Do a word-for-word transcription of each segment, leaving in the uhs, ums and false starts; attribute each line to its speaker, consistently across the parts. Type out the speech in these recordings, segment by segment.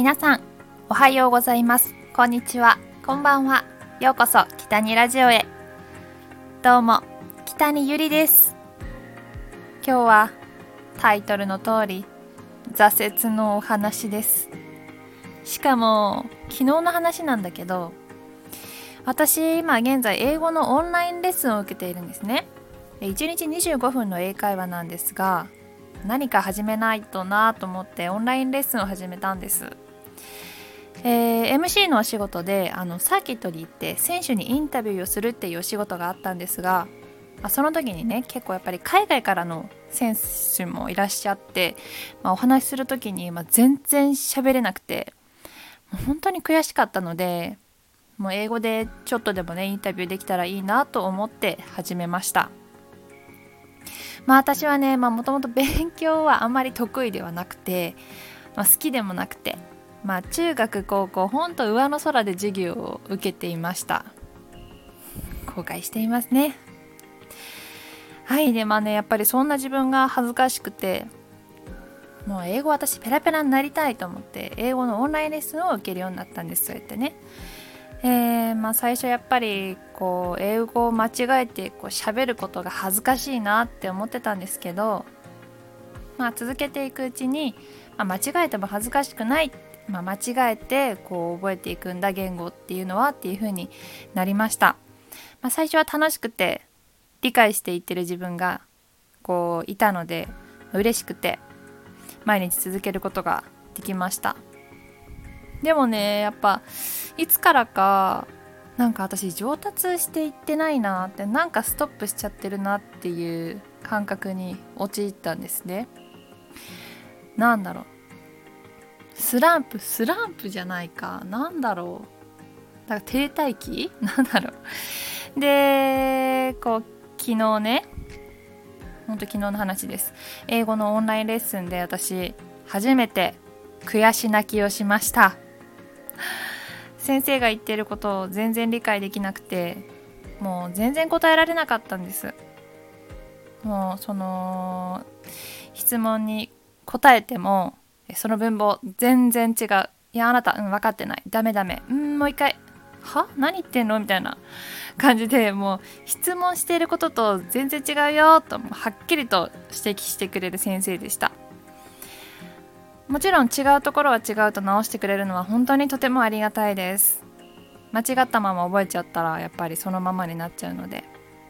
Speaker 1: 皆さんおはようございます、こんにちは、こんばんは。ようこそ北にラジオへ。どうも北にゆりです。今日はタイトルの通り挫折のお話です。しかも昨日の話なんだけど、私今現在英語のオンラインレッスンを受けているんですね。いちにちにじゅうごふんの英会話なんですが、何か始めないとなと思ってオンラインレッスンを始めたんです。えー、エムシー のお仕事であのサーキットに行って選手にインタビューをするっていうお仕事があったんですが、まあ、その時にね結構やっぱり海外からの選手もいらっしゃって、まあ、お話しする時に、まあ、全然喋れなくてもう本当に悔しかったので、もう英語でちょっとでもねインタビューできたらいいなと思って始めました。まあ私はねもともと勉強はあんまり得意ではなくて、まあ、好きでもなくて、まあ中学高校ほんと上の空で授業を受けていました。後悔していますね。はいでまあねやっぱりそんな自分が恥ずかしくて、もう英語私ペラペラになりたいと思って英語のオンラインレッスンを受けるようになったんです。そうやってね、えーまあ、最初やっぱりこう英語を間違えてこう喋ることが恥ずかしいなって思ってたんですけど、まあ、続けていくうちに、まあ、間違えても恥ずかしくない、まあ、間違えてこう覚えていくんだ言語っていうのはっていう風になりました。まあ、最初は楽しくて理解していってる自分がこういたので嬉しくて毎日続けることができました。でもねやっぱいつからかなんか私上達していってないなって、なんかストップしちゃってるなっていう感覚に陥ったんですね。なんだろうスランプスランプじゃないか、なんだろうだから停滞期なんだろうでこう昨日ねほんと昨日の話です。英語のオンラインレッスンで私初めて悔し泣きをしました。先生が言っていることを全然理解できなくて、もう全然答えられなかったんです。もうその質問に答えてもその文法全然違う、いやあなた、うん、分かってない、ダメダメ、うんもう一回、は何言ってんのみたいな感じで、もう質問していることと全然違うよとはっきりと指摘してくれる先生でした。もちろん違うところは違うと直してくれるのは本当にとてもありがたいです。間違ったまま覚えちゃったらやっぱりそのままになっちゃうので、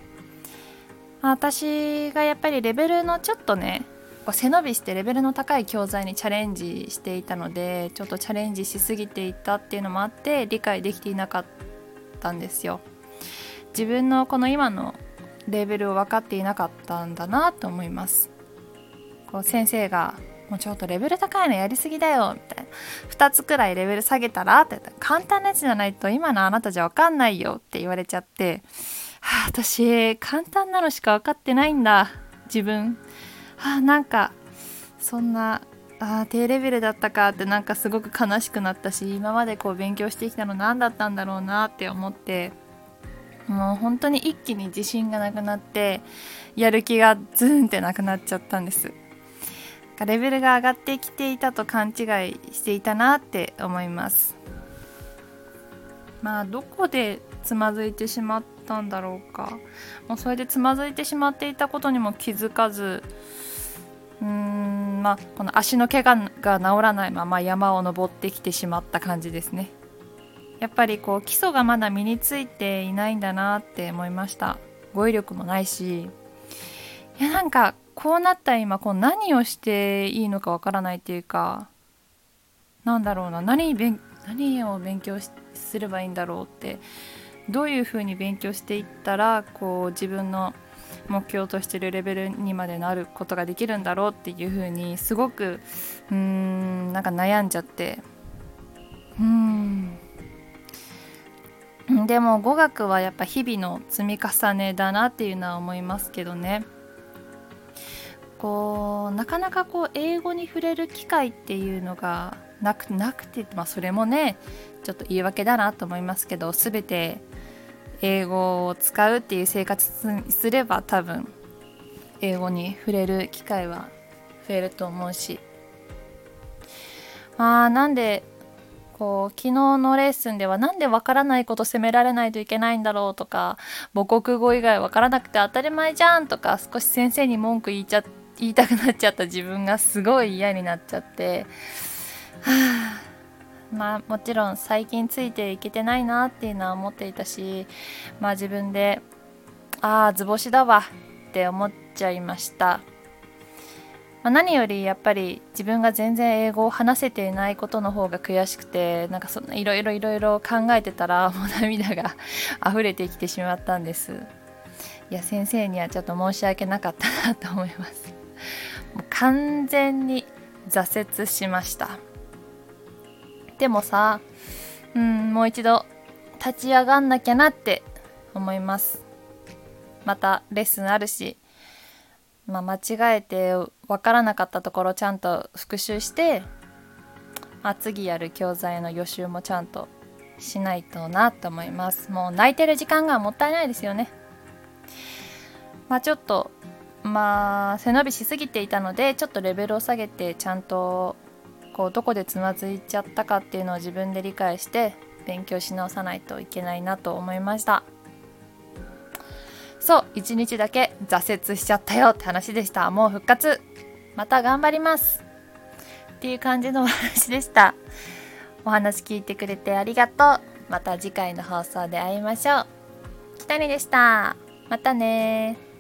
Speaker 1: 私がやっぱりレベルのちょっとね背伸びしてレベルの高い教材にチャレンジしていたので、ちょっとチャレンジしすぎていたっていうのもあって理解できていなかったんですよ。自分のこの今のレベルを分かっていなかったんだなと思います。こう先生がもうちょっとレベル高いのやりすぎだよみたいな、ふたつくらいレベル下げたらって言ったら、簡単なやつじゃないと今のあなたじゃ分かんないよって言われちゃって、はあ、私簡単なのしか分かってないんだ自分、はあ、なんかそんなあ低レベルだったかってなんかすごく悲しくなったし、今までこう勉強してきたの何だったんだろうなって思って、もう本当に一気に自信がなくなってやる気がズーンってなくなっちゃったんです。レベルが上がってきていたと勘違いしていたなって思います。まあどこでつまずいてしまったんだろうか。もうそれでつまずいてしまっていたことにも気づかず、うーんまあこの足の怪我が治らないまま山を登ってきてしまった感じですね。やっぱりこう基礎がまだ身についていないんだなって思いました。語彙力もないし、いやなんかこうなった今こう何をしていいのかわからないっていうか、なんだろうな、何勉何を勉強しすればいいんだろうって、どういうふうに勉強していったらこう自分の目標としているレベルにまでなることができるんだろうっていうふうにすごくうーんなんか悩んじゃって、うーんでも語学はやっぱ日々の積み重ねだなっていうのは思いますけどね。こうなかなかこう英語に触れる機会っていうのがなくなくて、まあ、それもねちょっと言い訳だなと思いますけど、全て英語を使うっていう生活すれば多分英語に触れる機会は増えると思うし、まあなんでこう昨日のレッスンではなんでわからないこと責められないといけないんだろうとか、母国語以外わからなくて当たり前じゃんとか、少し先生に文句言いちゃ言いたくなっちゃった自分がすごい嫌になっちゃって、はあ、まあもちろん最近ついていけてないなっていうのは思っていたし、まあ自分でああ図星だわって思っちゃいました。まあ、何よりやっぱり自分が全然英語を話せていないことの方が悔しくて、なんかそんないろいろいろいろ考えてたらもう涙が溢れてきてしまったんです。いや先生にはちょっと申し訳なかったなと思います。もう完全に挫折しました。でもさ、うん、もう一度立ち上がんなきゃなって思います。またレッスンあるし、まあ、間違えて分からなかったところちゃんと復習して、まあ、次やる教材の予習もちゃんとしないとなと思います。もう泣いてる時間がもったいないですよね。まあちょっとまあ背伸びしすぎていたので、ちょっとレベルを下げてちゃんとこうどこでつまずいちゃったかっていうのを自分で理解して勉強し直さないといけないなと思いました。そう、一日だけ挫折しちゃったよって話でした。もう復活、また頑張りますっていう感じのお話でした。お話聞いてくれてありがとう。また次回の放送で会いましょう。きたりでした。またね。